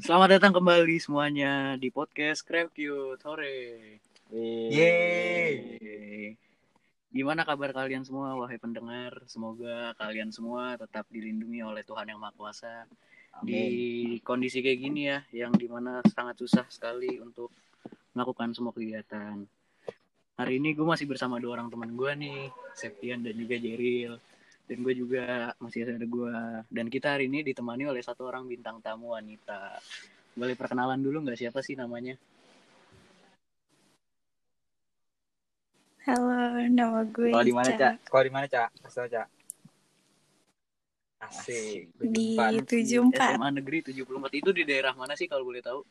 Selamat datang kembali semuanya di podcast Crab Cute. Hore. Yeay. Gimana kabar kalian semua, wahai pendengar? Semoga kalian semua tetap dilindungi oleh Tuhan Yang Maha Kuasa. Amin. Di kondisi kayak gini ya, yang dimana sangat susah sekali untuk melakukan semua kegiatan. Hari ini gue masih bersama dua orang teman gue nih, Septian dan juga Jeril. Dan gue juga masih ada gue. Dan kita hari ini ditemani oleh satu orang bintang tamu wanita. Boleh perkenalan dulu nggak, siapa sih namanya? Halo, nama gue Kalau di mana, Ica. Cak? Kalau di mana, Cak? Kasih tau, Cak. Asik. Di 74. 74. SMA Negeri 74 itu di daerah mana sih kalau boleh tahu?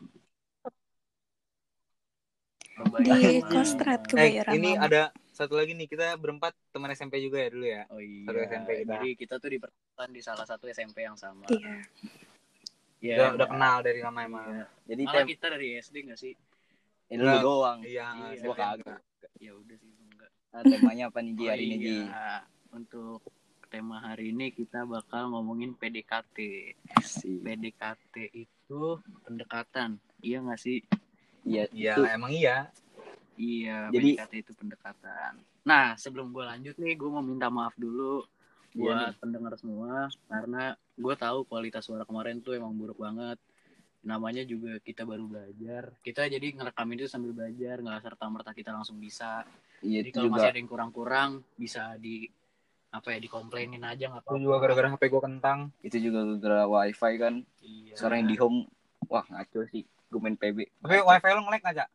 Di Kostrad, Kebayoran ini Lama. ada satu lagi nih, kita berempat teman SMP juga ya dulu ya. Oh iya. Satu SMP kita. Jadi kita tuh dipertemukan di salah satu SMP yang sama. Iya. Ya, udah kenal dari lama emang. Iya. Jadi malah kita dari SD nggak sih? Ini lu doang. Iya, gua kagak. Ya udah sih enggak. Temanya apa nih, Ji, hari ini, Ji? Untuk tema hari ini kita bakal ngomongin PDKT. PDKT itu pendekatan. Iya nggak sih? Iya, emang iya. Iya, jadi PDKT itu pendekatan. Nah, sebelum gue lanjut nih, gue mau minta maaf dulu buat pendengar semua, karena gue tahu kualitas suara kemarin tuh emang buruk banget. Namanya juga kita baru belajar. Kita jadi ngerekam itu sambil belajar, nggak serta-merta kita langsung bisa. Iya, jadi kalau masih ada yang kurang-kurang, bisa dikomplainin aja, nggak apa-apa. Itu juga gara-gara HP gue kentang. Itu juga gara-gara wifi kan. Iya. Sekarang yang di home, wah ngaco sih. Gue main PB. Tapi wifi lo nge-lag nggak, Cak?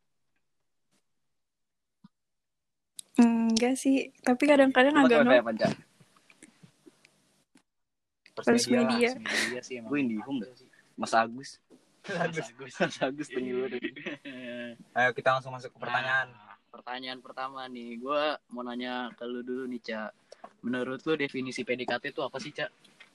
Enggak sih, tapi kadang-kadang agak wifi apa, Cak? First media. Sih, gue yang di home dah. Mas Agus penyuluh. Ayo kita langsung masuk ke pertanyaan. Pertanyaan pertama nih, gue mau nanya ke lu dulu nih, Cak. Menurut lu definisi PDKT itu apa sih, Cak?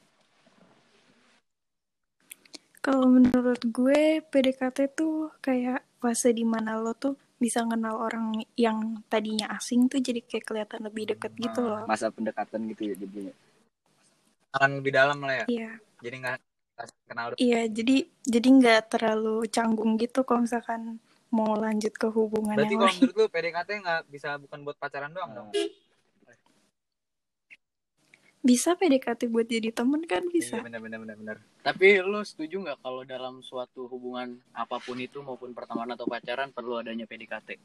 Kalau menurut gue, PDKT tuh kayak fase dimana lo tuh bisa kenal orang yang tadinya asing tuh jadi kayak kelihatan lebih deket gitu loh. Masa pendekatan gitu ya jadinya. Kenalan lebih dalam lah ya. Iya. Jadi nggak kenal. Iya, jadi nggak terlalu canggung gitu kalau misalkan mau lanjut ke hubungan berarti yang kalau lain. menurut lu PDKT nggak bisa bukan buat pacaran doang dong? Bisa PDKT buat jadi temen kan bisa. Iya, benar. Tapi lu setuju nggak kalau dalam suatu hubungan apapun itu maupun pertemanan atau pacaran perlu adanya PDKT?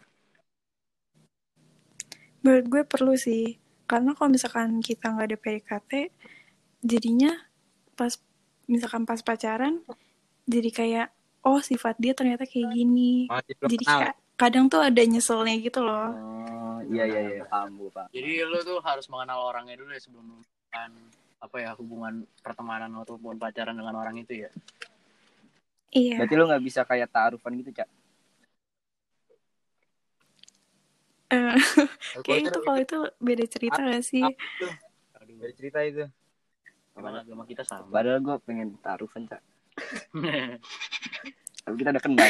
Menurut gue perlu sih, karena kalau misalkan kita nggak ada PDKT, jadinya pas pacaran jadi kayak sifat dia ternyata kayak gini. Jadi kadang tuh ada nyeselnya gitu loh. Iya, paham. Jadi lu tuh harus mengenal orangnya dulu ya sebelum melakukan hubungan pertemanan ataupun pacaran dengan orang itu ya. Iya. Berarti lu nggak bisa kayak ta'arufan gitu, Cak? Kayak itu kalau itu beda cerita gak sih? Beda cerita itu. Karena agama kita sama. Padahal gue pengen ta'arufan, Cak. Tapi kita udah kenal.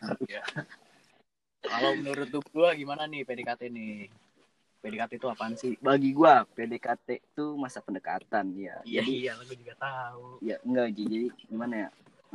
Kalau menurut gue gimana nih PDKT nih? PDKT itu apaan sih? Bagi gue PDKT itu masa pendekatan ya. Iya, gue juga tahu. Ya enggak, jadi gimana ya?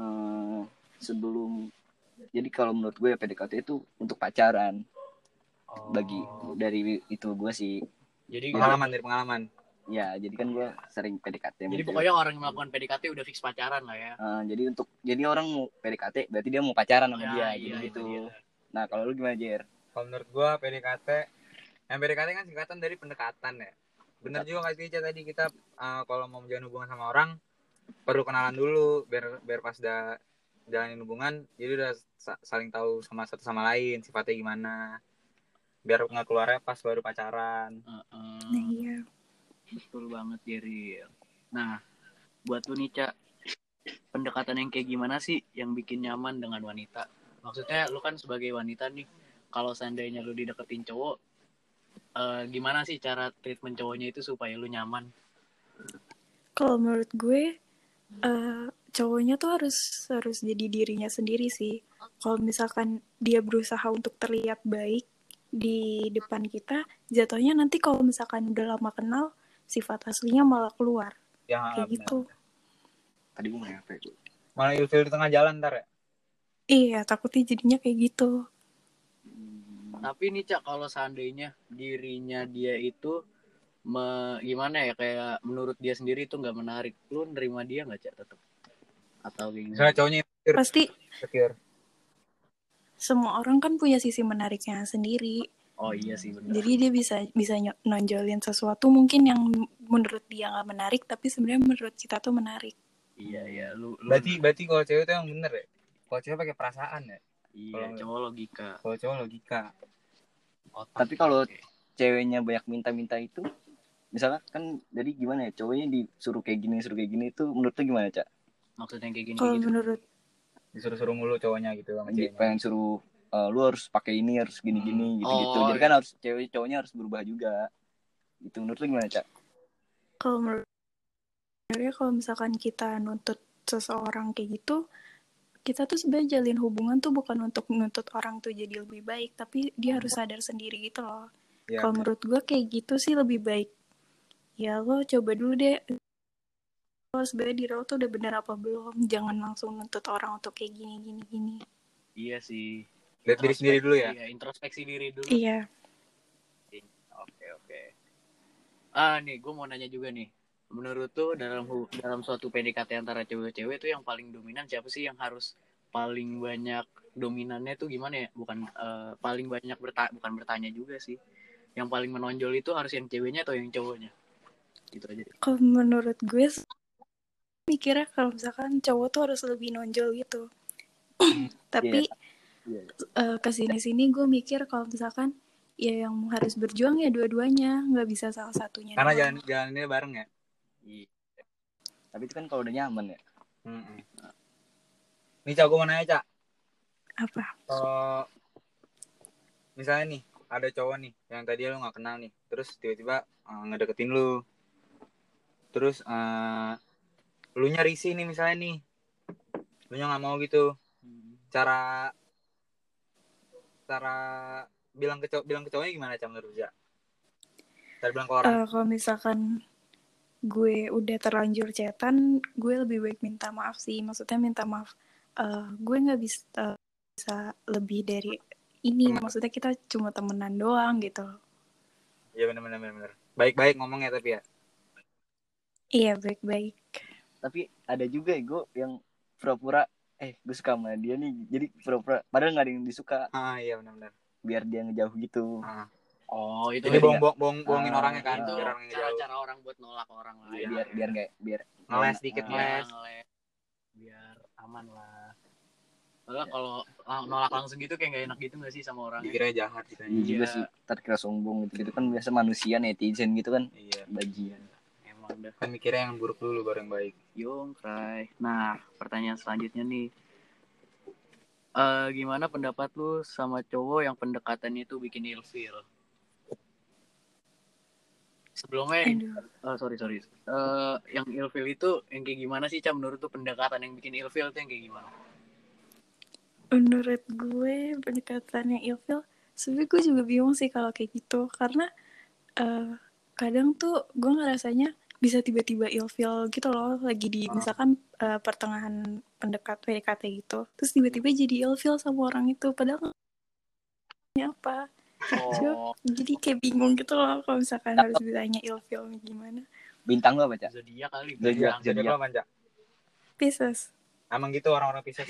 Jadi kalau menurut gue ya PDKT itu untuk pacaran. Bagi dari itu gue sih. Jadi pengalaman. Ya, jadi kan gue sering PDKT. Jadi pokoknya orang yang melakukan PDKT udah fix pacaran lah ya. Jadi orang mau PDKT berarti dia mau pacaran sama dia, iya, gitu. Iya. Nah, kalau lu gimana, Jer? Kalau menurut gue PDKT kan singkatan dari pendekatan ya. Bener juga kayak Ica tadi, kita kalau mau menjalin hubungan sama orang perlu kenalan dulu biar pas udah jalanin hubungan jadi udah saling tahu sama satu sama lain sifatnya gimana. Biar nggak keluarnya pas baru pacaran. Iya. Betul banget, Jeril. Nah, buat lu nih, Cak, pendekatan yang kayak gimana sih yang bikin nyaman dengan wanita? Maksudnya lu kan sebagai wanita nih, kalau seandainya lu dideketin cowok, gimana sih cara treatment cowoknya itu supaya lu nyaman? Kalau menurut gue, cowoknya tuh harus jadi dirinya sendiri sih. Kalau misalkan dia berusaha untuk terlihat baik di depan kita, jatuhnya nanti kalau misalkan udah lama kenal, sifat aslinya malah keluar. Ya, kayak gitu. Tadi gue main apa itu? Malah ilfil di tengah jalan ntar ya. Iya, takutnya jadinya kayak gitu. Tapi nih Cak, kalau seandainya dirinya dia itu gimana ya, kayak menurut dia sendiri itu nggak menarik, lu nerima dia nggak Cak tetap? Atau gimana? Misalnya cowoknya insecure. Pasti Insecure. semua orang kan punya sisi menariknya sendiri. Oh iya sih benar. Jadi dia bisa nonjolin sesuatu mungkin yang menurut dia nggak menarik, tapi sebenarnya menurut kita tuh menarik. Iya lu Berarti kalau cewek itu yang bener ya. Kalau cewek pakai perasaan ya. iya, cowok logika. Kalau cowok logika. Otak. Tapi kalau ceweknya banyak minta-minta itu, misalnya kan jadi gimana ya, cowoknya disuruh kayak gini itu menurut lu gimana, Cak? Maksudnya kayak gini Kalau gitu. menurut Disuruh-suruh mulu cowoknya gitu sama ceweknya. Pengen suruh lu harus pakai ini, harus gini-gini gitu-gitu. Jadi kan harus cowoknya harus berubah juga. Itu menurut lu gimana, Cak? kalau menurut sebenarnya kalau misalkan kita nuntut seseorang kayak gitu, kita tuh sebenarnya jalin hubungan tuh bukan untuk nuntut orang tuh jadi lebih baik, tapi dia harus sadar sendiri gitu loh. Ya, kalau menurut gue kayak gitu sih lebih baik. Ya lo coba dulu deh, lo sebenarnya diri lo tuh udah bener apa belum. Jangan langsung nuntut orang untuk kayak gini. Iya sih. lihat diri sendiri dulu ya. Iya, introspeksi diri dulu. Iya. Oke. Nih gue mau nanya juga nih. Menurut tuh dalam suatu PDKT antara cewek-cewek tuh yang paling dominan siapa sih, yang harus paling banyak dominannya tuh gimana ya? Bukan paling banyak bukan bertanya juga sih. Yang paling menonjol itu harus yang ceweknya atau yang cowoknya? Gitu aja deh. Kalau menurut gue mikirnya kalau misalkan cowok tuh harus lebih nonjol gitu. Tapi kesini-sini gue mikir kalau misalkan ya yang harus berjuang ya dua-duanya, nggak bisa salah satunya. Karena jalannya bareng ya. Iya. Tapi itu kan kalau udah nyaman ya. Nih Cak, gue mau nanya Cak. Apa? Misalnya nih ada cowok nih yang tadi lu nggak kenal nih, terus tiba-tiba ngedeketin lu, terus lu nya risih nih misalnya nih, lu nya nggak mau gitu. Cara bilang ke cowoknya gimana Cak menurut Cak? Cara bilang ke orang. Kalau misalkan gue udah terlanjur chatan, gue lebih baik minta maaf sih. Maksudnya minta maaf. Gue nggak bisa lebih dari ini. Maksudnya kita cuma temenan doang gitu. Iya benar. Baik-baik ngomongnya tapi ya. Iya baik-baik. Tapi ada juga ya gue yang pura-pura gue suka sama dia nih, jadi pura-pura padahal nggak ada yang disuka. Iya benar. Biar dia ngejauh gitu. Oh itu jadi bohongin orangnya kan. Itu biar orang cara orang buat nolak orang lah. Biar ngeles dikit ngeles. Biar aman lah. Soalnya kalau nolak langsung gitu kayak gak enak gitu gak sih sama orang? dikira jahat gitu. Iya juga sih, terkira sombong gitu kan, biasa manusia netizen gitu kan. Iya. Bagian. Emang dah. Kan mikirnya yang buruk dulu baru yang baik. Yongkrai. Nah, pertanyaan selanjutnya nih. Gimana pendapat lu sama cowok yang pendekatannya itu bikin ilfil? Sebelumnya sorry. Yang ilfil itu yang kayak gimana sih, Cam? Menurut tuh pendekatan yang bikin ilfil itu yang kayak gimana? Menurut gue pendekatannya ilfil, sebenarnya gue juga bingung sih kalau kayak gitu, karena kadang tuh gue ngerasanya bisa tiba-tiba ilfil gitu loh, lagi di misalkan pertengahan PDKT gitu, terus tiba-tiba jadi ilfil sama orang itu, padahal apa? Jadi kayak bingung gitu loh kalau misalkan harus ditanya ilfilnya gimana. Bintang lo apa, Cak? Zodiak kali. Zodiak lo apa, Cak? Pisces. Emang gitu orang-orang Pisces.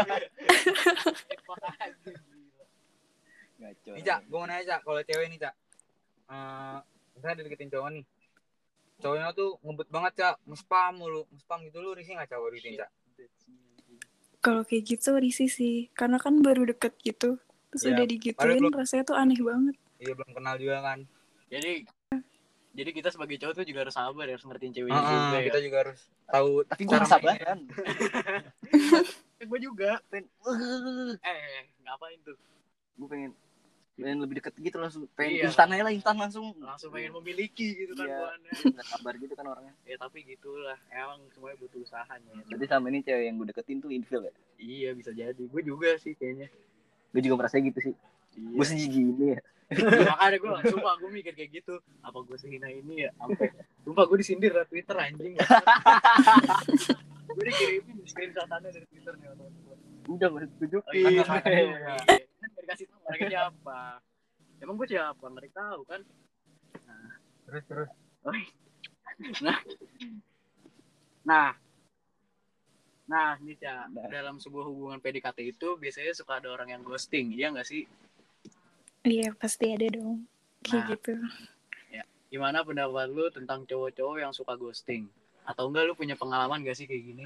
Nih Cak, gue mau nanya Cak, kalau cewek nih Cak, misalnya dideketin cowok nih, cowoknya tuh ngebut banget Cak, nge-spam gitu, lu risih gak Cak dideketin Cak? Kalau kayak gitu risih sih, karena kan baru deket gitu, terus udah digituin, rasanya tuh aneh banget. Iya, belum kenal juga kan. Jadi kita sebagai cowok tuh juga harus sabar, harus ngertiin ceweknya juga ya. Kita juga harus tahu. Tapi gue sabaran. Gue juga ngapain tuh? Gue pengen lebih deket gitu, langsung pengen instan aja lah, langsung pengen memiliki gitu kan. Nggak sabar gitu kan orangnya. Ya tapi gitulah, emang semuanya butuh usahanya. Jadi sama ini cewek yang gue deketin tuh infil ya? Iya bisa jadi, gue juga sih kayaknya. Gue juga merasa gitu sih. Gue segini ya. Makanya gue mikir kayak gitu. Apa gue sehina ini ya? Sampai sumpah gue disindir dari Twitter anjing. Gue dikirimin screenshotannya dari Twitter nih orang tua. Udah gue tunjukin. Oh iya, kan gak dikasih tahu orangnya siapa. Emang gue siapa? Nggak ditahu kan? Terus. Oh, nah, ini Ca, dalam sebuah hubungan PDKT itu biasanya suka ada orang yang ghosting, iya nggak sih? Iya, pasti ada dong. Kayak gitu. Ya, gimana pendapat lu tentang cowok-cowok yang suka ghosting? Atau enggak lu punya pengalaman gak sih kayak gini?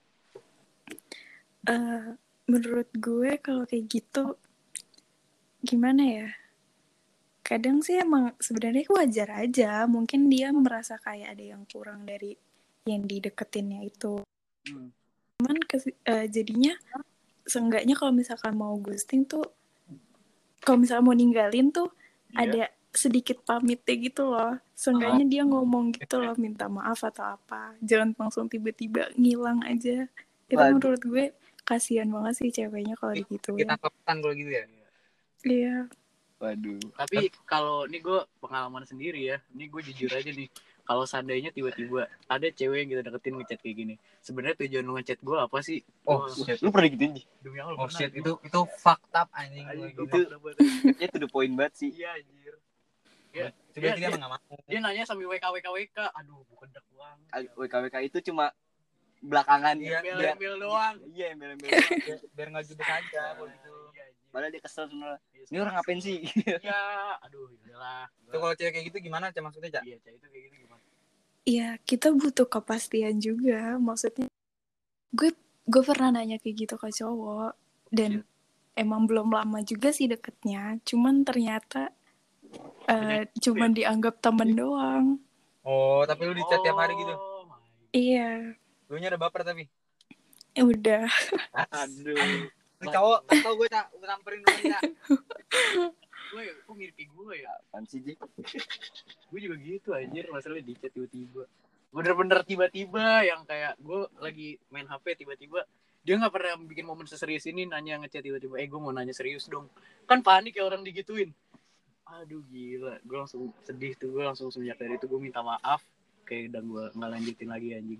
Menurut gue kalau kayak gitu, gimana ya? Kadang sih emang sebenarnya wajar aja. Mungkin dia merasa kayak ada yang kurang dari yang dideketinnya itu. Cuman jadinya seenggaknya kalau misalkan mau ghosting tuh, kalau misalkan mau ninggalin tuh ada sedikit pamitnya gitu loh. Seenggaknya dia ngomong gitu loh, minta maaf atau apa. Jangan langsung tiba-tiba ngilang aja. Itu menurut gue kasihan banget sih ceweknya kalau digituin. Kita kepetan kalau gitu ya. Iya. Waduh. Tapi kalau ini gue pengalaman sendiri ya. Ini gue jujur aja nih. Kalau seandainya tiba-tiba ada cewek yang kita deketin ngechat kayak gini, sebenarnya tujuan lu ngechat gue apa sih? Oh shit. Lu pernah gituin sih? Demi Allah. Oh shit, itu fucked up anjing. Itu the point banget sih. Iya anjir. Dia emang gak mau. Dia nanya sambil WK. Aduh, bukan dek banget. WKWK itu cuma belakangan. Embel-embel doang. Iya, embel-embel. Biar nggak judes aja kalau gitu. Padahal dia kesel sebenarnya. Ini orang ngapain sih? Iya, aduh, udahlah. Tuh kalau cewek kayak gitu gimana Cak maksudnya, Cak? Iya, Cak, itu kayak gitu gimana? Iya, kita butuh kepastian juga. Maksudnya gue pernah nanya kayak gitu ke cowok dan emang belum lama juga sih deketnya. Cuman ternyata cuman dianggap temen doang. Oh, tapi lu di chat tiap hari gitu? Iya. Lu nya ada baper tapi? Udah. Aduh. Lu cowok, tau gue Cak, gue samperin dulu Cak. Kok mirip gue ya? Apaan sih, Ji? Gue juga gitu anjir, masalahnya di chat tiba-tiba. Bener-bener tiba-tiba yang kayak gue lagi main HP tiba-tiba dia nggak pernah bikin momen seserius ini nanya ngechat tiba-tiba gue mau nanya serius dong, kan panik ya orang digituin. Aduh gila, gue langsung sedih tuh. Gue langsung semenjak dari itu gue minta maaf kayak udah gue nggak lanjutin lagi anjing.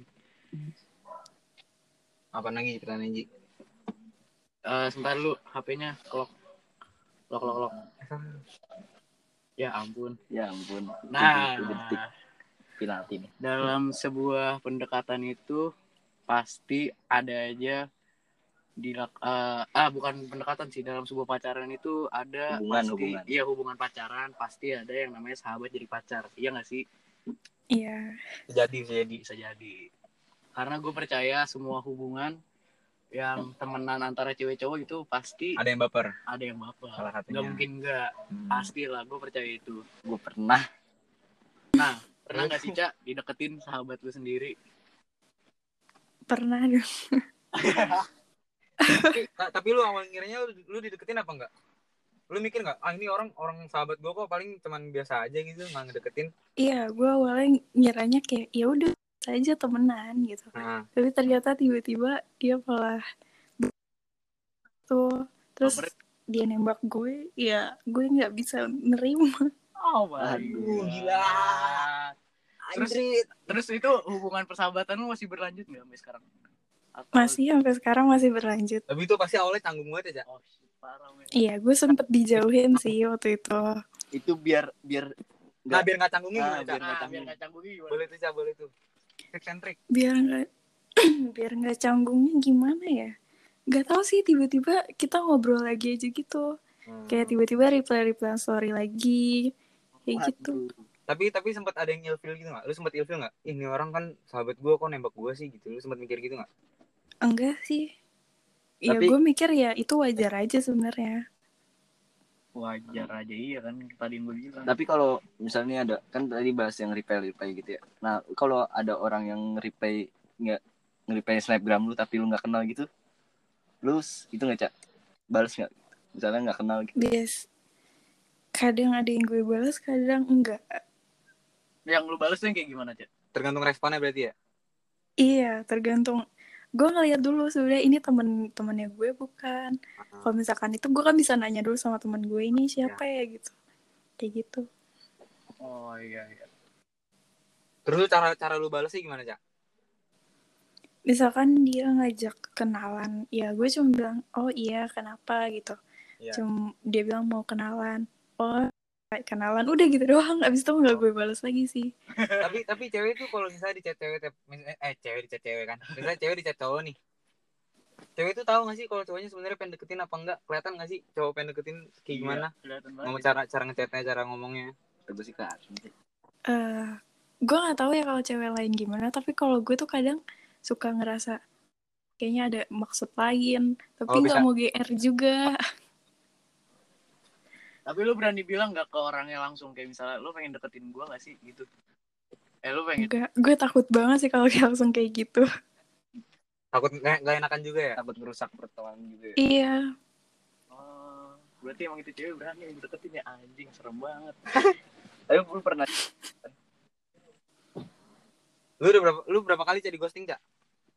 Apa lagi pertanyaan Ji? Sebentar lu HP-nya lock. Ya ampun. Nah, penalti nih. Dalam sebuah pendekatan itu pasti ada aja bukan pendekatan sih, dalam sebuah pacaran itu ada hubungan. Iya, hubungan pacaran pasti ada yang namanya sahabat jadi pacar. Iya nggak sih? Iya. Bisa jadi. Karena gue percaya semua hubungan yang temenan antara cewek cowok itu pasti ada yang baper. Salah satunya. Gak mungkin enggak. Pastilah, gue percaya itu. Gue pernah. Nah, pernah nggak sih Cak dideketin sahabat lu sendiri? Pernah dong. Tapi lu awal ngiranya lu dideketin apa enggak? Lu mikir nggak? Ini orang sahabat gue kok paling cuman biasa aja gitu, nggak ngedeketin? Iya, gue awalnya ngiranya kayak ya udah aja temenan gitu. Tapi ternyata tiba-tiba dia malah tuh terus dia nembak gue, ya gue nggak bisa nerima. Oh my God. Gila. Terus itu hubungan persahabatan lu masih berlanjut nggak sampai sekarang? Masih sampai sekarang masih berlanjut. Tapi itu pasti awalnya tanggung banget ya, Cak? Oh, parah, men. Iya, gue sempet dijauhin sih waktu itu. Itu biar biar nggak canggungin gimana, Cak? Biar nggak canggungin gimana? Boleh tuh, Cak, boleh tuh. Trik. Biar nggak canggungnya gimana ya? Gak tahu sih, tiba-tiba kita ngobrol lagi aja gitu. Kayak tiba-tiba reply story lagi kayak gitu. Tapi sempat ada yang ilfil gitu nggak? Lu sempat ilfil nggak? Ini orang kan sahabat gue kok nembak gue sih gitu. Lu sempat mikir gitu nggak? Enggak sih. Ya gue mikir ya itu wajar aja sebenarnya. Wajar aja, iya kan tadi yang gue bilang. Tapi kalau misalnya ada, kan tadi bahas yang reply gitu ya. Nah, kalau ada orang yang reply snapgram lu tapi lu nggak kenal gitu, lu itu nggak Cak? Balas nggak? Misalnya nggak kenal gitu. Yes. Kadang ada yang gue balas, kadang enggak. Yang lu balas tuh yang kayak gimana, Cak? Tergantung responnya berarti ya? Iya, tergantung gue ngeliat dulu sebenarnya ini temen-temennya gue bukan. Kalau misalkan itu gue kan bisa nanya dulu sama temen gue ini siapa ya gitu, kayak gitu. Oh iya. Terus cara lu balesnya gimana, Cak? Misalkan dia ngajak kenalan, ya gue cuma bilang oh iya kenapa gitu. Iya. Dia bilang mau kenalan, oh kenalan udah gitu doang. Abis itu nggak gue balas lagi sih. tapi cewek tuh kalau misalnya di chat cewek cewek di chat cewek kan, misalnya cewek di chat cowok nih, cewek tuh tahu nggak sih kalau cowoknya sebenarnya pengen deketin apa enggak? Kelihatan nggak sih cowok pengen deketin kayak gimana? Ngomong cara ngechatnya, cara ngomongnya. Gue sih kan. Gue nggak tahu ya kalau cewek lain gimana, tapi kalau gue tuh kadang suka ngerasa kayaknya ada maksud lain, tapi nggak mau GR juga. Tapi lu berani bilang nggak ke orangnya langsung, kayak misalnya lu pengen deketin gue nggak sih gitu? Lu pengen? Enggak, gue takut banget sih kalau langsung kayak gitu. Takut nggak enakan juga ya? Takut merusak pertemanan juga ya. Iya. Oh, berarti emang itu cewek berani deketin ya, anjing serem banget. Tapi lu pernah Lu berapa kali jadi ghosting, Cak?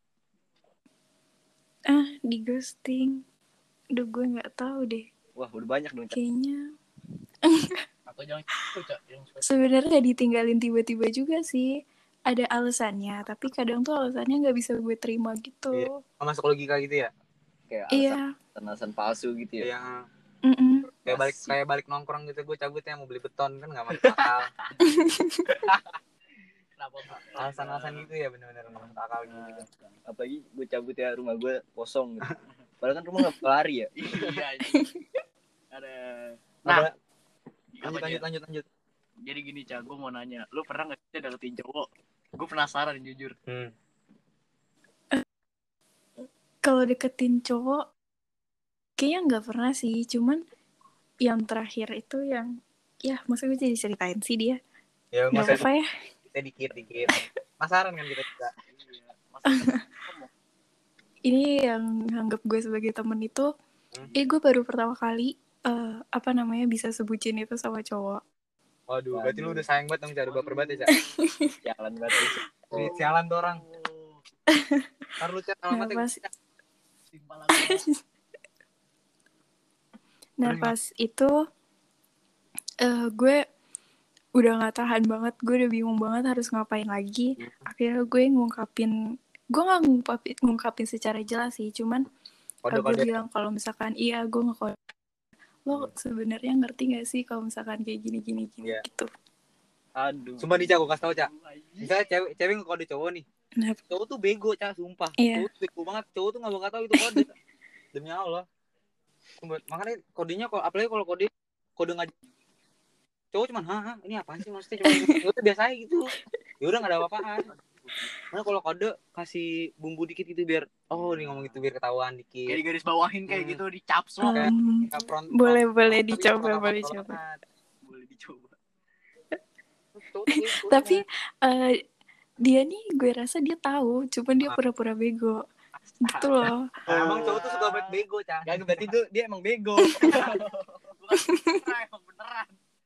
Di ghosting. Duh, gue nggak tahu deh. Wah, udah banyak dong. Kayaknya. Atau jangan itu, Cak, yang sebenarnya ditinggalin tiba-tiba juga sih. Ada alasannya, tapi kadang tuh alasannya nggak bisa gue terima gitu. Iya. Masuk logika gitu ya? Kayak alasan palsu gitu ya. Iya. Kayak balik nongkrong gitu, gue cabutnya mau beli beton kan nggak masuk akal. Alasan gitu ya, benar-benar nggak masuk akal gitu. Apalagi gue cabut ya, rumah gue kosong gitu. Padahal kan rumah nggak lari ya. Iya. Ada. Nah, lanjut. Jadi gini, Cak, gue mau nanya, lu pernah nggak sih deketin cowok? Gue penasaran jujur. Kalau deketin cowok, kayaknya nggak pernah sih. Cuman yang terakhir itu yang, ya masa gue jadi ceritain sih dia. Ya, nggak apa ya. Kita dikit. Penasaran kan kita juga. Ini yang anggap gue sebagai temen itu, gue baru pertama kali bisa sebutin itu sama cowok. Waduh, berarti lu udah sayang banget dong, cara baper banget ya, Cak. Sialan banget. Sialan tuh orang. Ntar lu chat alamatnya. Nah pas itu gue udah gak tahan banget, gue udah bingung banget harus ngapain lagi. Akhirnya gue gue gak ngungkapin secara jelas sih, cuman gue bilang kalau misalkan iya gue ngekode, lo sebenarnya ngerti gak sih kalau misalkan kayak gini gitu. Aduh. Sumpah nih, Cak, gue kasih tau, Cak. Misalnya cewek ngekode cowok nih. Cowok tuh bego, Cak, sumpah. Cowok tuh bego banget. Cowok tuh gak bakal tahu itu kode. Demi Allah. Makanya kodenya, apalagi kalau kode nggak, cowok cuman ini apaan sih maksudnya, cuma itu biasa aja gitu. Ya udah nggak ada apa-apaan. Mana kalau kode kasih bumbu dikit gitu biar ini ngomong gitu biar ketahuan dikit. Kayak garis bawahin kayak gitu, di caps lock. Boleh dicoba. Tapi dia nih gue rasa dia tahu, cuman dia pura-pura bego gitu loh. Emang cowok tuh suka banget bego, Cak. Gak, berarti tuh dia emang bego. Emang beneran.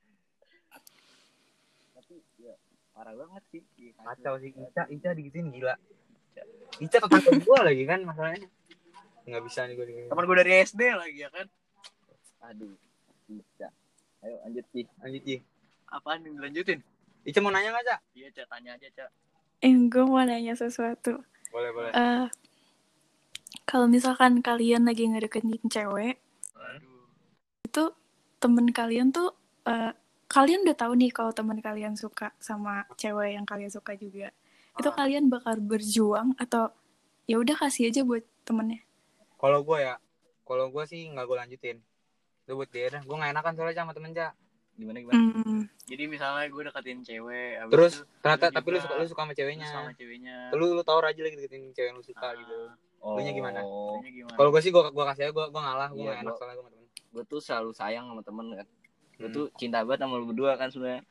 Tapi ya parah banget sih. Kacau sih. Ica digituin gila. Ica tetangga gue lagi kan masalahnya. Nggak bisa nih gue digituin. Teman gue dari SD lagi ya kan. Aduh, Ica. Ayo lanjut Ci. Apaan yang dilanjutin? Ica mau nanya nggak, Cak? Iya, Cak, tanya aja, Cak. Gue mau nanya sesuatu. Boleh. Kalau misalkan kalian lagi ngedeketin cewek, itu temen kalian tuh, kalian udah tahu nih kalau temen kalian suka sama cewek yang kalian suka juga. Itu kalian bakal berjuang atau ya udah kasih aja buat temennya? Kalau gue sih nggak gue lanjutin. Itu buat dia dah. Gue nggak enakan soalnya sama temen, Cak. Gimana? Jadi misalnya gue deketin cewek, terus ternyata tapi lu suka sama ceweknya. Lu tahu aja lagi deketin cewek yang lu suka gitu. Lu nya gimana? Kalau gue sih gue kasih aja, gue ngalah, gue nggak enak soalnya gue sama temen. Gue tuh selalu sayang sama temen kan. Gue tuh cinta banget sama lu berdua kan sebenarnya.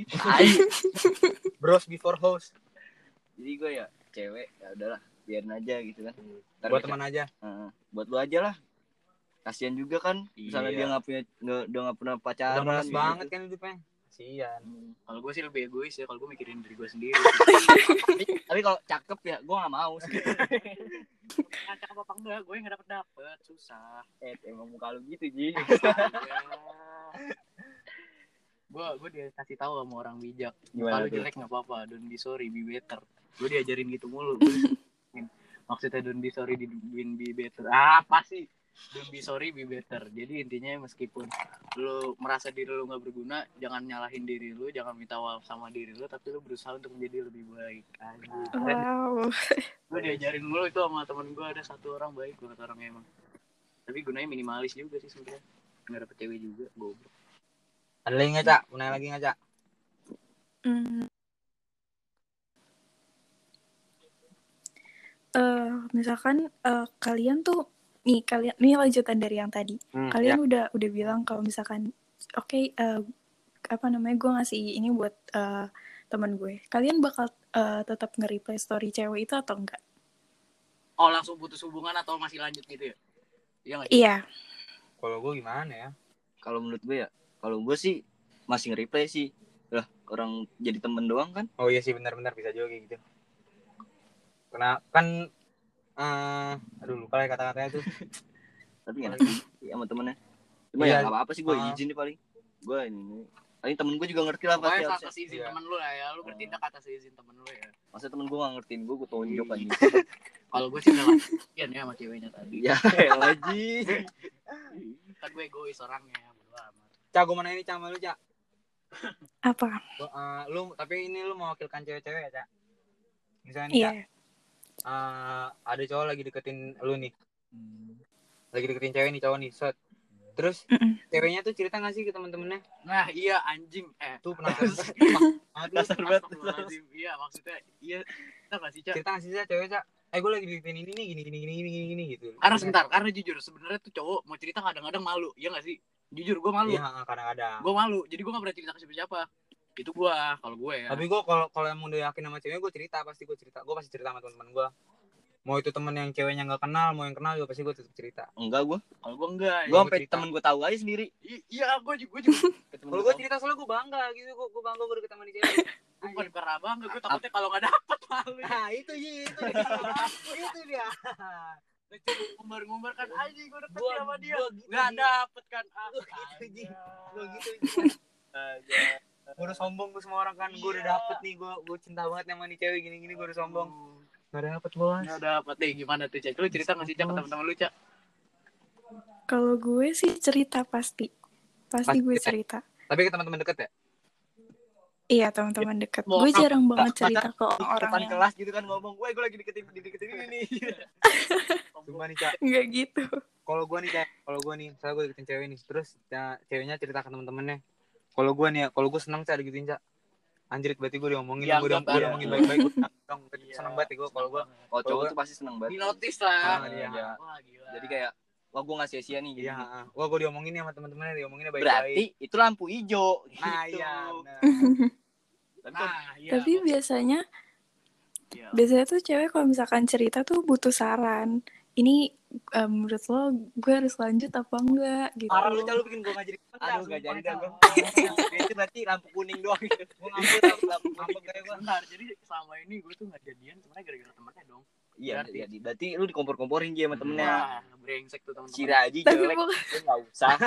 Bros before host. Jadi gue ya cewek ya udahlah biarin aja gitu kan. Buat teman aja. Buat lu aja lah. Kasian juga kan misalnya dia nggak pernah pacaran. Udah males banget kan hidupnya. kasihan. Kalau gue sih lebih egois ya, kalau gue mikirin diri gue sendiri. Tapi kalau cakep ya gue nggak mau. Ngacak apa enggak, gue nggak dapet susah. Emang muka lu gitu Ji. Gue dia kasih tahu sama orang bijak. Gimana Kalau tuh? jelek nggak apa-apa, don't be sorry, be better. Gue diajarin gitu mulu. Maksudnya don't be sorry, be better. Apa sih? Don't be sorry, be better. Jadi intinya meskipun lu merasa diri lu nggak berguna, jangan nyalahin diri lu, jangan minta maaf sama diri lu, tapi lu berusaha untuk menjadi lebih baik. Wow. Gue diajarin mulu itu sama temen gue, ada satu orang baik banget orangnya emang. Tapi gunanya minimalis juga sih sebenarnya. Nggak dapet cewek juga, goblok. Ada lagi nggak, Cak? Mau nanya lagi nggak, Cak? Misalkan kalian tuh nih lanjutan dari yang tadi. Kalian udah bilang kalau misalkan oke, apa namanya, gue ngasih ini buat teman gue. Kalian bakal tetap nge-reply story cewek itu atau enggak? Oh, langsung putus hubungan atau masih lanjut gitu ya? Iya nggak sih? Iya. Kalau gue gimana ya? Kalau menurut gue ya, kalau gue sih masih nge-reply sih. Lah, orang jadi temen doang kan? Oh iya sih, benar-benar bisa juga kayak gitu. Karena kan aduh lupa ya kata-katanya tuh. Tapi enak sih sama temennya. Cuma Iya. ya nggak apa-apa sih, gue izin deh paling. Gue ini. Paling temen gue juga ngerti lah pasti. Pokoknya atas izin Iya. temen lu lah ya. Lu bertindak atas izin temen lu ya. Masa temen gue nggak ngertiin gue tonjok aja. Kalau gue sih udah latihan ya sama ceweknya tadi. Ya lagi. Kan gue egois orangnya, bodo amat. Cak, gue mana ini Cak sama lu, Cak? Apa? Lu tapi ini lu mewakilkan cewek-cewek ya, Cak? Misalnya nih, Iya. Cak, ada cowok lagi deketin lu nih. Lagi deketin cewek nih, cowok nih, set. Terus ceweknya tuh cerita nggak sih ke temen-temennya? Nah iya anjing. Tuh penasaran. Kasar banget. Iya maksudnya iya. Kita nggak sih Cak? Cerita nggak sih, Cak, cewek, Cak? Gue lagi deketin ini nih, gini gitu. Karena jujur sebenarnya tuh cowok mau cerita kadang-kadang malu, iya nggak sih? Jujur gue malu. Iya, kadang-kadang. Gue malu, jadi gue nggak berani cerita ke siapa-siapa. Itu gue, kalau gue ya. Tapi gue kalau emang udah yakin sama cewek, gue cerita. Gue pasti cerita sama teman-teman gue. Mau itu temen yang ceweknya nggak kenal, mau yang kenal juga pasti gue tetap cerita. Enggak gue. Kalau gue enggak. Gue sampai temen gue tahu aja sendiri. Iya, gue juga. Kalau gue cerita soalnya gue bangga gitu, gue bangga gue deket sama nih cewek. Bukan karena bangga, gue takutnya kalau nggak dapet malu. Nah itu dia. Ngumbar-ngumbar kan aja gue deket Gua- sama dia. gua gitu, Nggak Ji. dapet kan. Gue gitu. Gue udah sombong gue sama orang kan, gue udah dapet nih, gue cinta banget sama nih cewek gini-gini, gue udah sombong. Gak dapet bos. Nggak dapet deh, gimana tuh Cak? Lu cerita nggak sih Cak ke teman-teman lu Cak? Kalau gue sih cerita pasti gue cerita. Tapi ke teman-teman deket ya? Iya, teman-teman dekat. Mau Gue apa? jarang banget cerita ke orang Depan yang kelas gitu kan ngomong, gue lagi deketin ini nih. Cuma nih, Cak, nggak gitu. kalau gue nih, misalnya gue deketin cewek nih, terus ceweknya cerita ke temen-temennya. Kalau gue nih, kalau gue seneng Cak digituin, Cak. Anjir, berarti gue diomongin, Ya, gue enggak, diomongin baik-baik, gue seneng banget ya gue. Kalau gue, Oh cowok tuh pasti seneng Di banget. notice lah. Iya. Wah gila. Jadi kayak, wah gue nggak sia-sia nih. Gitu. iya, wah gue diomongin nih sama temen-temennya, diomonginnya baik-baik. Berarti itu lampu hijau. Nah Gitu. iya, bener. Iya, Tapi biasanya iya. tuh cewek kalau misalkan cerita tuh butuh saran. Ini menurut lo gue harus lanjut apa enggak gitu. Parah lu, Cak, lu bikin gue gak jadi. Aduh gak jadi dah gue. Itu berarti lampu kuning doang. Gue ngambek kayak gue. Bentar, jadi selama ini gue tuh nggak jadian sebenarnya gara-gara temennya dong. Iya, berarti lu dikompor-komporin dia sama temennya. Wah, brengsek tuh teman-teman. Si Raji Tapi jelek, bukan, lu nggak usah.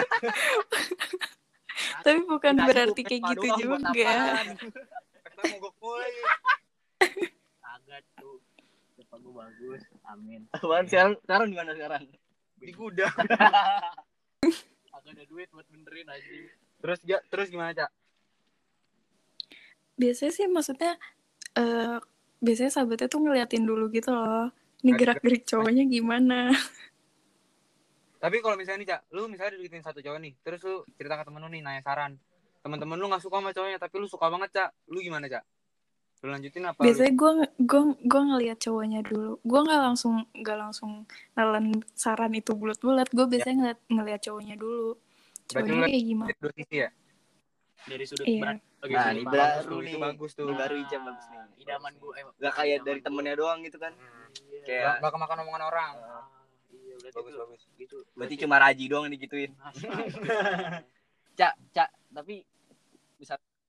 tapi bukan Dikasih berarti pulpen kayak gitu doang buat juga. apaan? Kita mogok mulai. Agak tuh. Depan gue bagus. Amin. Apaan sekarang di mana sekarang? Di gudang. Agak ada duit buat benerin aja. Terus gimana, Cak? Biasanya sih maksudnya biasanya sahabatnya tuh ngeliatin dulu gitu loh. Ini gerak-gerik cowoknya gimana. Tapi kalau misalnya nih, Cak, lu misalnya deketin satu cowok nih, terus lu cerita ke temen lu nih, nanya saran. Temen-temen lu gak suka sama cowoknya, tapi lu suka banget, Cak. Lu gimana, Cak? Lu lanjutin apa? Biasanya gue ngeliat cowoknya dulu. Gue nggak langsung nelen saran itu bulat-bulat. Gue biasanya ngeliat cowoknya dulu. Cowoknya kayak gimana? Dua sisi ya? Dari sudut Iya. berat. Nah, ini baru nih. Itu bagus tuh. Ini baru Ica bagus nih. Idaman gue. Gak kayak dari temennya doang gitu kan. Kayak Gak kemakan omongan orang. Iya, berarti Bagus. gitu. berarti cuma Raji doang yang digituin. Cak, tapi bisa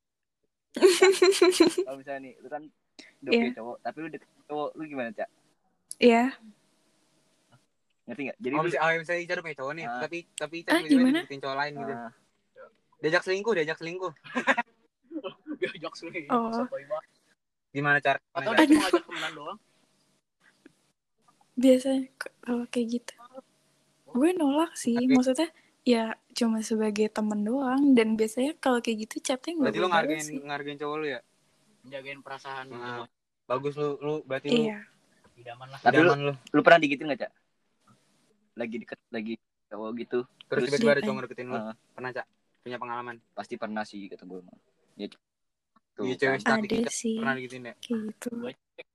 Kalau misalnya nih, lu kan udah Iya. punya cowok, tapi lu deket cowok, lu gimana, Cak? Iya. Ngerti nggak? Jadi Oh, lu misalnya Ica udah punya cowok nih, Ah. tapi Ica tiba-tiba Gimana? deketin cowok lain gitu. ah, Diajak selingkuh. Diajak selingkuh. Oh. Sotoy banget. Gimana cara? Atau dia cuma ngajak temenan doang. Biasanya kalau kayak gitu gue nolak sih, Tapi- maksudnya ya cuma sebagai temen doang, dan biasanya kalau kayak gitu chatnya nggak Berarti lu gue balas sih. ngargain cowok lu ya? Menjagain perasaan Nah, cowok. bagus lu berarti lu Iya. Idaman lah. Tapi idaman lu. lu pernah digituin nggak, Cak? Lagi cowok gitu. Terus Terus tiba-tiba ada Diapain? cowok ngedeketin lu. Ah. Pernah, Cak? Punya pengalaman? pasti pernah sih kata gue mah. Ya tuh. Iya, cewek Kan. cantik Ada kita sih pernah digituin ya? kayak gitu. Gue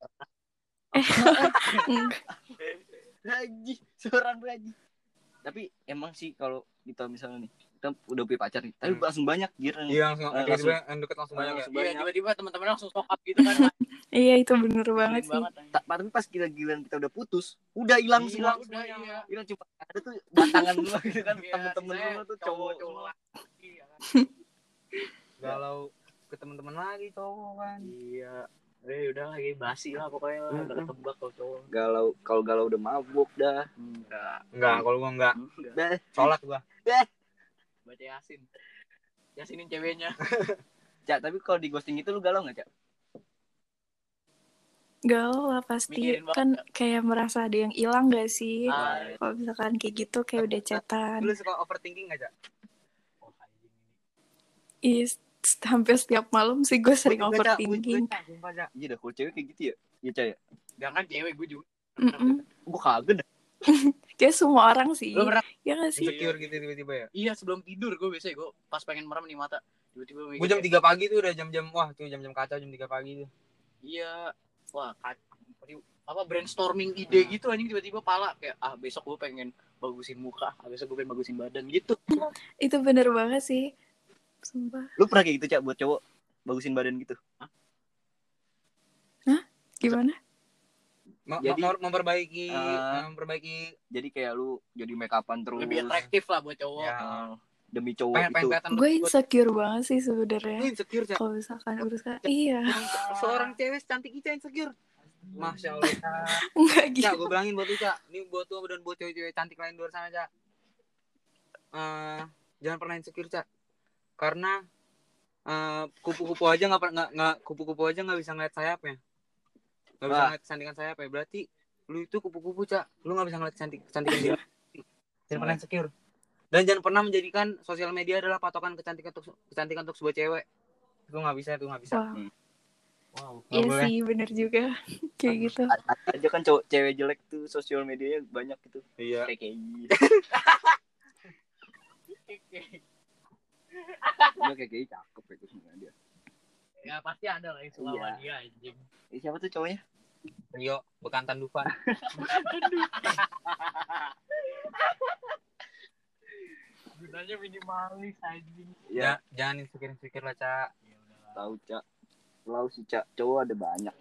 Enggak. Haji, seorang haji. Tapi emang sih kalau kita misalnya nih, kita udah punya pacar nih, tapi langsung banyak girang. Iya, langsung langsung- tiba-tiba yang deket langsung banyak ya. langsung Iya, banyak. tiba-tiba teman-teman langsung sokap gitu kan. Iya, itu bener banget Nyebelin sih. banget. Tapi pas giliran kita udah putus, udah hilang semua. Udah, iya. Hilang cuma ada tuh batangan lu gitu kan, Iya, temen-temen sisanya lu tuh cowok. lagi, ya kan? Galau ke teman-teman lagi cowok kan. Iya. Udah lagi basi lah pokoknya lah. Udah ketebak kalau cowok. Kalau galau udah mabuk dah. Enggak, kalau gua enggak. Dah. Sholat gua. Baca Yasin. Yasinin ceweknya. Cak, tapi kalau di ghosting itu lu galau nggak, Cak? Galau lah pasti, Mikirin banget. kan kayak merasa ada yang hilang gak sih? Ah, Kalau misalkan kayak gitu kayak udah chatan. Lu suka overthinking enggak, Cak? oh, anjing ini. Iya, hampir setiap malam sih gue sering Gua juga, Cak. overthinking. Gua, Cak, sumpah, Cak. Iya dah, kalau cewek kayak gitu ya. Iya, Cak ya. Jangan cewek gue juga. Mm-mm. Gua kagak dah. Kayak semua orang sih. Lu pernah? Ya gak sih? Insecure gitu tiba-tiba ya. Iya, sebelum tidur gue biasanya gue pas pengen merem nih mata. Tiba-tiba mikir Gua jam kayak, 3 pagi tuh udah jam-jam wah, tuh jam-jam kacau jam 3 pagi tuh. iya. Wah, apa brainstorming ide gitu anjing tiba-tiba pala kayak besok gue pengen bagusin muka, besok gue pengen bagusin badan gitu. Itu bener banget sih. Sumpah. Lu pernah kayak gitu, Cak, buat cowok bagusin badan gitu? Gimana? Jadi- memperbaiki Ah. memperbaiki Jadi kayak lu jadi make upan terus. Lebih atraktif lah buat cowok. ya. Demi cowok Pengen itu. kelihatan Gue lu insecure banget sih Lu sebenarnya. insecure, Cak. Kalau misalkan urusan, iya. Seorang cewek cantik Ica insecure. Masya Allah, Cak. Enggak Cak, gitu. gue bilangin buat lu, Cak. Ini buat lu dan buat cewek-cewek cantik lain di luar sana, Cak. Jangan pernah insecure, Cak. Karena kupu-kupu aja kupu-kupu aja nggak bisa ngeliat sayapnya. Nggak bisa Wah. ngeliat kecantikan sayapnya. Berarti lu itu kupu-kupu, Cak. Lu nggak bisa ngeliat kecantikan dia. Jangan pernah insecure. Dan jangan pernah menjadikan sosial media adalah patokan kecantikan untuk sebuah cewek. Itu nggak bisa, itu nggak bisa. Wah, Wow. Nggak iya boleh. sih, bener juga. Kayak gitu. Ada aja kan cowok cewek jelek tuh sosial medianya banyak gitu. Iya. KKI. Udah KKI cakep itu sebenarnya dia. Ya pasti ada lah yang suka sama Iya. dia anjing. Siapa tuh cowoknya? Rio, bekantan Dufan. Gunanya minimalis anjing. Ya, Jangan insecure lah, Cak. Ya udah. tahu, Cak. Tahu sih, Cak. Cowok ada banyak.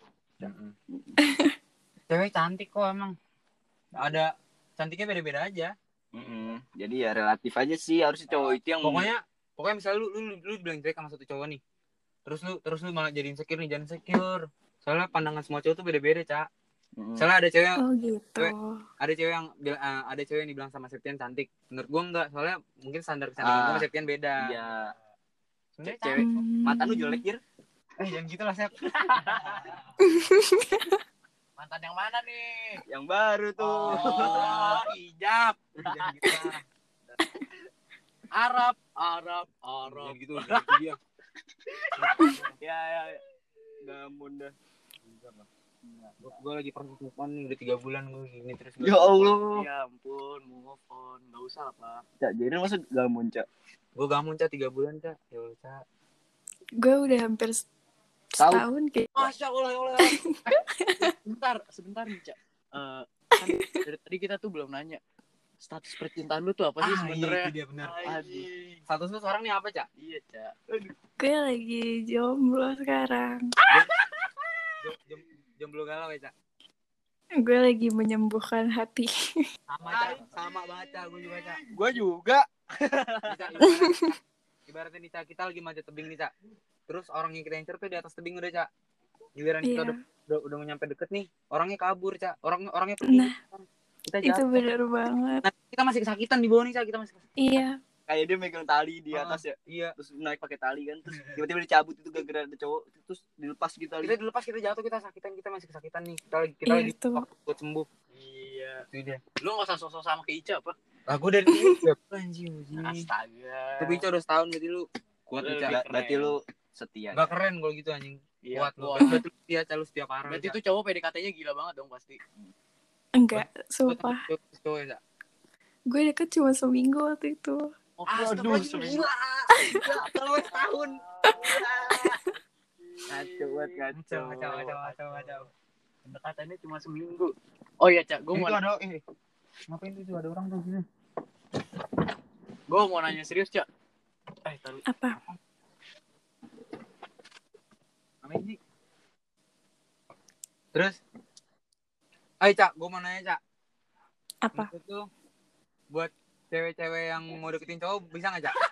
Cewek cantik kok emang. Ada cantiknya beda-beda aja. Jadi ya relatif aja sih, harusnya cowok itu yang Pokoknya misalnya lu bilang jelek sama satu cowok nih. Terus lu malah jadi insecure nih, jangan insecure. Soalnya pandangan semua cowok tuh beda-beda, Cak. Soalnya ada cewek Oh gitu. ada cewek yang dibilang sama Septian cantik. Menurut gua enggak, soalnya mungkin standar kecantikan gua sama Septian beda. Iya. Sebenarnya Cewek mata lu jelek, Jir. jangan gitu lah, Sep. Mantan yang mana nih? Yang baru tuh. Oh, ijab. Jangan gitu lah. Arab. Jangan gitu, jangan gitu dia. Ya. Gamun dah. Gua lagi proses move on nih, udah 3 bulan gua gini terus. Ya Allah. Ya ampun, move on. Gak usah apa. Cak, jadi maksud gamun, Cak. Gua gamun, Cak, 3 bulan, Cak. Ya Allah, Cak. Gue udah hampir setahun kayak. Masya Allah, ya Allah. Sebentar nih, Cak. Kan dari tadi kita tuh belum nanya status percintaan lu tuh apa sih sebenarnya? Iya, itu dia benar. Anjing. Status lu sekarang nih apa, Cak? Iya, Cak. Gue lagi jomblo sekarang. Jomblo galau ya, Cak? Gue lagi menyembuhkan hati. Sama, Cak. Sama banget, Cak. Gua juga, Cak. Gua juga. Nih, Cak, ibaratnya nih, Cak, kita lagi manjat tebing nih, Cak. terus orang yang kita incer tuh di atas tebing udah, Cak. Giliran Iya. kita udah mau nyampe deket nih, orangnya kabur, Cak. Orangnya pergi. Nah, Kita itu jatuh. bener banget. Nah, kita masih kesakitan di bawah nih, Cak. Kita masih kesakitan. Iya. Kayak dia megang tali di atas ya. Iya. Terus naik pakai tali kan. Terus tiba-tiba dicabut itu gara-gara ada cowok. Terus dilepas gitu tali. Kita dilepas, kita jatuh, kita sakitan, kita masih kesakitan nih. Kita Iya, lagi itu. buat sembuh. Iya. Itu dia. Lu gak usah sosok sama ke Ica apa? Lah gue dari dulu udah anjing. Astaga. Tapi Ica udah setahun berarti lu kuat, Lu Ica. lebih Berarti lu setia. Gak keren kalau gitu anjing. Iya, Kuat lu. kuat. Berarti lu setia, Cak, lu setia parah. Berarti Cak. tuh cowok PDKT-nya gila banget dong pasti. Enggak, sumpah. Cowok ya, Cak. Gue deket cuma seminggu waktu itu. Oh, Aduh, seminggu. Kalau setahun. Kacau banget, Kacau. Pendekatannya cuma seminggu. Oh iya, Cak, gue Itu mau ada ngapain tuh ada orang tuh sini. mau nanya serius, Cak. Taruh. Apa? Ngapain sih? Terus ayo, Cak, gue mau nanya, Cak. Apa? Itu buat cewek-cewek yang mau deketin cowok bisa nggak, Cak?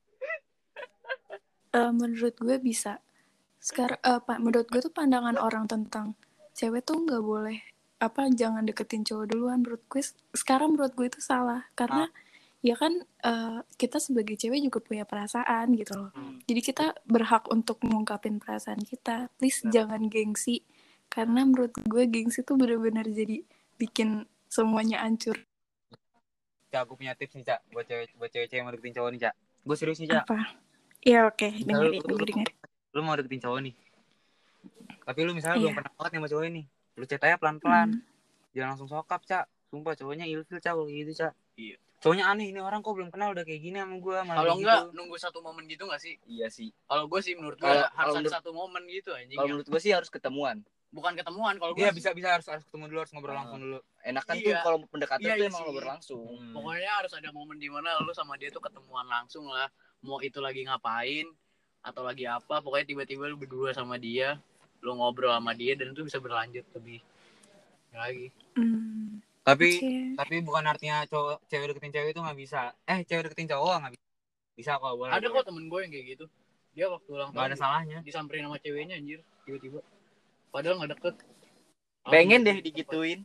Menurut gue bisa. Menurut gue tuh pandangan orang tentang cewek tuh nggak boleh jangan deketin cowok duluan. Menurut gue sekarang menurut gue itu salah karena ya kan kita sebagai cewek juga punya perasaan gitu loh. Jadi kita berhak untuk mengungkapin perasaan kita. Please jangan gengsi karena menurut gue gengsi tuh benar-benar jadi bikin semuanya hancur. Cak, aku punya tips nih, Cak, buat cewek-cewek yang mau deketin cowok nih, Cak. Gue serius nih, Cak. Apa? Ya oke, Misalnya dengerin. Lu mau deketin cowok nih. Tapi lu misalnya belum pernah banget nih sama cowok ini. Lu chat aja pelan-pelan. Jangan langsung sokap, Cak. Sumpah cowoknya ilfil, Cak, kalau gitu, Cak. Iya. Cowoknya aneh, ini orang kok belum kenal udah kayak gini sama gue. Kalau enggak nunggu satu momen gitu nggak sih? Iya sih. Kalau gue sih menurut gue Kalau harus ada menurut- satu momen gitu anjing. Kalau menurut gue sih harus ketemuan. Bukan ketemuan kalau gue. Iya, bisa harus ketemu dulu, harus ngobrol langsung dulu. Enak kan Iya. tuh kalau pendekatan Iya, tuh iya emang sih. ngobrol langsung. Pokoknya harus ada momen di mana lu sama dia tuh ketemuan langsung lah. Mau itu lagi ngapain atau lagi apa, pokoknya tiba-tiba lu berdua sama dia, lu ngobrol sama dia dan itu bisa berlanjut lebih lagi. Tapi bukan artinya cewek deketin cewek itu nggak bisa. Cewek deketin cowok nggak bisa. Bisa kok, boleh. Ada kok temen gue yang kayak gitu. Dia waktu ulang Nggak ada tahun salahnya. disamperin sama ceweknya anjir tiba-tiba. Padahal nggak deket. Pengen deh digituin.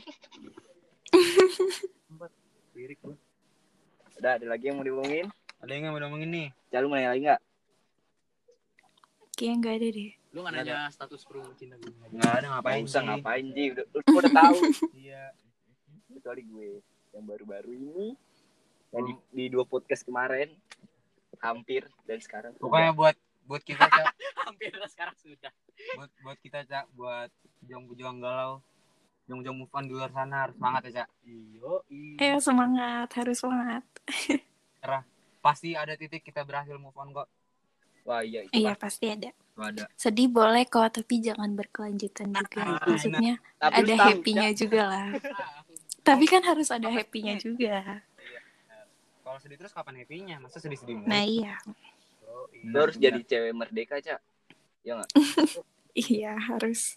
Lirik gue. Udah ada lagi yang mau diomongin? Ada yang mau ngomongin nih? Jalu mau nanya lagi nggak? Kayaknya nggak ada deh. Lu nggak nanya status perumah cinta gue? Nggak ada, ngapain Nggak usah sih? ngapain Ji, lu udah tahu. Iya. Kecuali gue yang baru-baru ini yang di 2 podcast kemarin hampir dan sekarang. Pokoknya buat kita, Cak. Hampir sekarang sudah. buat kita, Cak, buat pejuang-pejuang galau, pejuang move on di luar sana harus semangat ya, Cak. Ayo semangat, harus semangat. Pasti ada titik kita berhasil move on kok. Wah iya itu. Iya pasti ada. Ada. Sedih boleh kok, tapi jangan berkelanjutan juga. Maksudnya Tapi ada lu tahu, happy-nya Cak. juga lah. Tapi kan harus ada happy-nya juga. Kalau sedih terus kapan happy-nya? Masa sedih-sedih mulu? Nah iya. Lu harus jadi cewek merdeka, Cak. Ya nggak? Iya harus.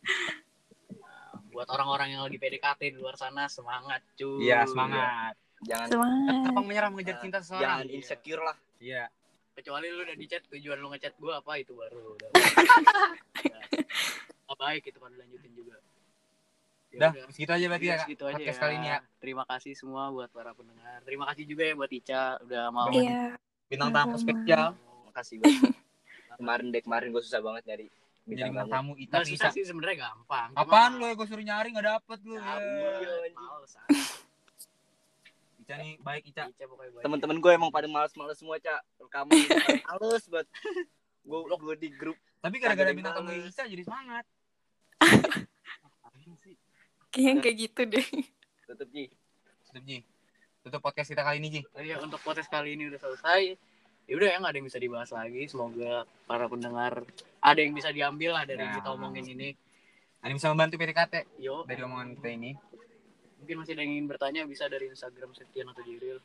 Buat orang-orang yang lagi PDKT di luar sana, semangat cuy. Iya, semangat. Jangan Semangat. Gampang menyerah mengejar cinta seseorang. jangan insecure lah. Iya. Kecuali lu udah di chat, tujuan lu ngechat gue apa itu baru udah. Baik itu kan dilanjutin juga. Udah, segitu aja berarti Iya, ya. segitu aja Podcast ya. kali ini ya. Terima kasih semua buat para pendengar. Terima kasih juga ya buat Ica udah mau. Iya. Bintang tamu Sama-sama. spesial. Makasih banget. kemarin gue susah banget nyari Jadi bintang bintang tamu. tamu Ita Nggak susah Isa. sih sebenarnya gampang. Apaan lu? Gue suruh nyari nggak dapet lu. Males. Ica nih baik, Ica. Ica pokoknya baik. Temen-temen gue emang pada males-males semua, Cak. Rekaman males banget. Gue di grup. Tapi gara-gara Ada yang bintang tamu males. Ica jadi semangat. Kayaknya kayak gitu deh. Tutup, Ji. Tutup, Ji. Tutup podcast kita kali ini, Ji. Oh iya, untuk podcast kali ini udah selesai. Ya udah ya, nggak ada yang bisa dibahas lagi. Semoga para pendengar ada yang bisa diambil lah dari Ya. kita omongin ini. Ada yang bisa membantu PDKT Yo, dari omongan kita ini. mungkin masih ada yang ingin bertanya bisa dari Instagram Septian atau Jiril.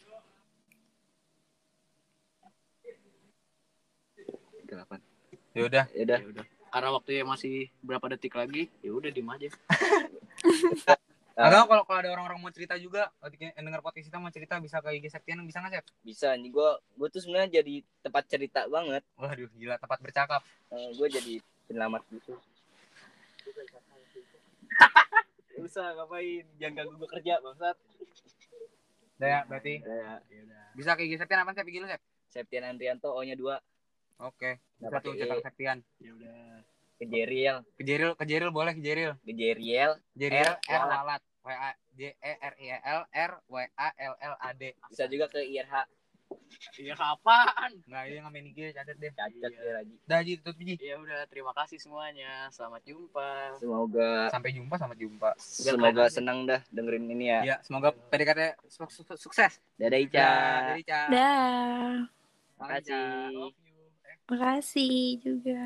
8. Ya udah. Ya udah. Ya udah. Karena waktunya masih berapa detik lagi, ya udah diem aja. Atau kalau ada orang-orang mau cerita juga, denger podcast kita mau cerita bisa ke IG Septian, bisa nggak Sep? Bisa nih, gue tuh sebenarnya jadi tempat cerita banget. Waduh gila, tempat bercakap. Gue jadi penyelamat gitu. Usah ngapain, jangan ganggu gue kerja bangsat. Udah ya berarti. Ya, Bisa ke IG Septian apa Sep? IG lu Sep? Septian Andrianto O-nya 2. Oke. Bisa Dapat tuh E. cetak Septian. Ya udah. Ke Jeriel Boleh ke Jeril. Jeriel R Lalat. WAJERIEL bisa juga ke IRH. Iya kapan? Enggak, ini ngamen IG catat deh. Cacat Iya. dia lagi. Dah Ji, tutup Ji. Ya udah, terima kasih semuanya. Selamat jumpa. Semoga Sampai jumpa. semoga senang dah dengerin ini ya. Ya, semoga PDKT sukses. Dadah Ica. Dadah, Ica. Dah. Makasih. Love you. Makasih juga.